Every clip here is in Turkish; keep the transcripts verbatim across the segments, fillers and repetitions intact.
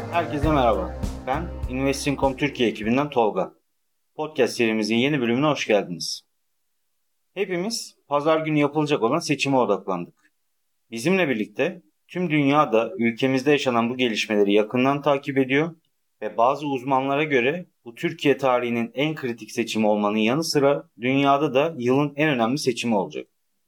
Herkese merhaba. Ben Investing nokta com Türkiye ekibinden Tolga. Podcast serimizin yeni bölümüne hoş geldiniz. Hepimiz pazar günü yapılacak olan seçime odaklandık. Bizimle birlikte tüm dünya da ülkemizde yaşanan bu gelişmeleri yakından takip ediyor ve bazı uzmanlara göre bu Türkiye tarihinin en kritik seçimi olmanın yanı sıra dünyada da yılın en önemli seçimi olacak.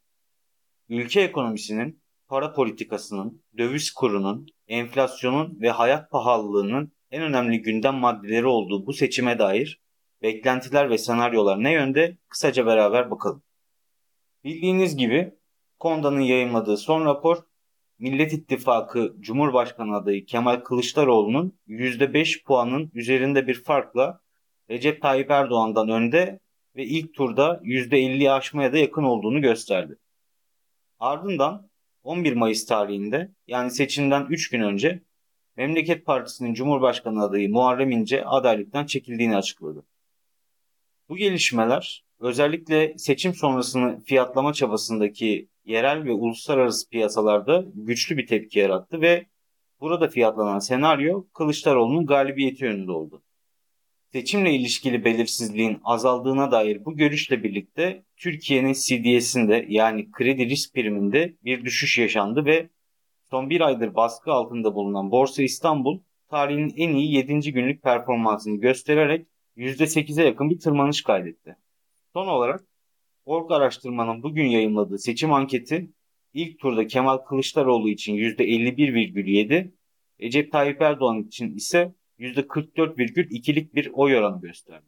Ülke ekonomisinin, para politikasının, döviz kurunun, enflasyonun ve hayat pahalılığının en önemli gündem maddeleri olduğu bu seçime dair beklentiler ve senaryolar ne yönde? Kısaca beraber bakalım. Bildiğiniz gibi KONDA'nın yayımladığı son rapor, Millet İttifakı Cumhurbaşkanı adayı Kemal Kılıçdaroğlu'nun yüzde beş puanın üzerinde bir farkla Recep Tayyip Erdoğan'dan önde ve ilk turda yüzde elliyi aşmaya da yakın olduğunu gösterdi. Ardından on bir Mayıs tarihinde, yani seçimden üç gün önce, Memleket Partisi'nin Cumhurbaşkanı adayı Muharrem İnce adaylıktan çekildiğini açıkladı. Bu gelişmeler özellikle seçim sonrasını fiyatlama çabasındaki yerel ve uluslararası piyasalarda güçlü bir tepki yarattı ve burada fiyatlanan senaryo Kılıçdaroğlu'nun galibiyeti yönünde oldu. Seçimle ilişkili belirsizliğin azaldığına dair bu görüşle birlikte Türkiye'nin C D S'inde, yani kredi risk priminde bir düşüş yaşandı ve son bir aydır baskı altında bulunan Borsa İstanbul tarihinin en iyi yedinci günlük performansını göstererek yüzde sekize yakın bir tırmanış kaydetti. Son olarak Org Araştırma'nın bugün yayımladığı seçim anketi ilk turda Kemal Kılıçdaroğlu için yüzde elli bir virgül yedi, Recep Tayyip Erdoğan için ise yüzde kırk dört virgül ikilik bir oy oranı gösterdi.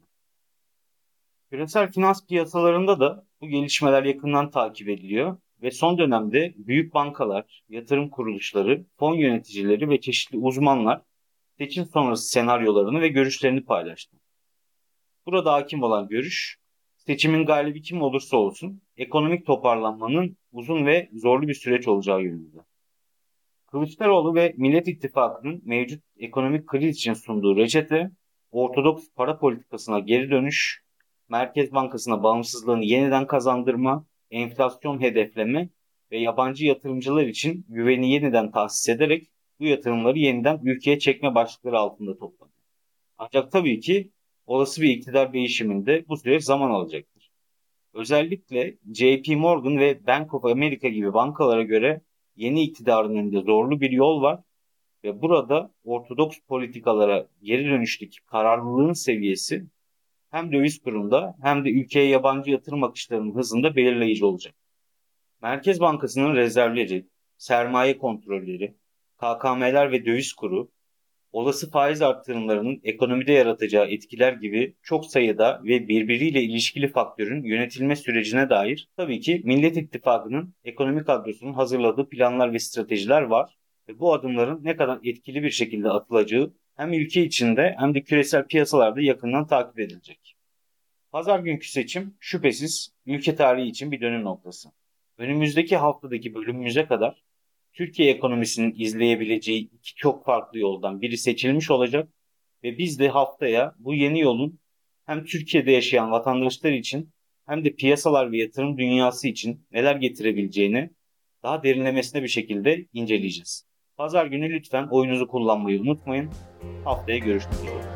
Küresel finans piyasalarında da bu gelişmeler yakından takip ediliyor ve son dönemde büyük bankalar, yatırım kuruluşları, fon yöneticileri ve çeşitli uzmanlar seçim sonrası senaryolarını ve görüşlerini paylaştı. Burada hakim olan görüş, seçimin galibi kim olursa olsun ekonomik toparlanmanın uzun ve zorlu bir süreç olacağı yönünde. Kılıçdaroğlu ve Millet İttifakı'nın mevcut ekonomik kriz için sunduğu reçete, ortodoks para politikasına geri dönüş, Merkez Bankası'na bağımsızlığını yeniden kazandırma, enflasyon hedefleme ve yabancı yatırımcılar için güveni yeniden tahsis ederek bu yatırımları yeniden ülkeye çekme başlıkları altında toplanıyor. Ancak tabii ki olası bir iktidar değişiminde bu süreç zaman alacaktır. Özellikle J P Morgan ve Bank of America gibi bankalara göre yeni iktidarın önünde zorlu bir yol var ve burada ortodoks politikalara geri dönüşteki kararlılığın seviyesi hem döviz kurunda hem de ülkeye yabancı yatırım akışlarının hızında belirleyici olacak. Merkez Bankası'nın rezervleri, sermaye kontrolleri, K K M'ler ve döviz kuru, olası faiz artırımlarının ekonomide yaratacağı etkiler gibi çok sayıda ve birbiriyle ilişkili faktörün yönetilme sürecine dair tabii ki Millet İttifakı'nın ekonomik kadrosunun hazırladığı planlar ve stratejiler var ve bu adımların ne kadar etkili bir şekilde atılacağı hem ülke içinde hem de küresel piyasalarda yakından takip edilecek. Pazar günkü seçim şüphesiz ülke tarihi için bir dönüm noktası. Önümüzdeki haftadaki bölümümüze kadar Türkiye ekonomisinin izleyebileceği iki çok farklı yoldan biri seçilmiş olacak ve biz de haftaya bu yeni yolun hem Türkiye'de yaşayan vatandaşlar için hem de piyasalar ve yatırım dünyası için neler getirebileceğini daha derinlemesine bir şekilde inceleyeceğiz. Pazar günü lütfen oyunuzu kullanmayı unutmayın. Haftaya görüşmek üzere.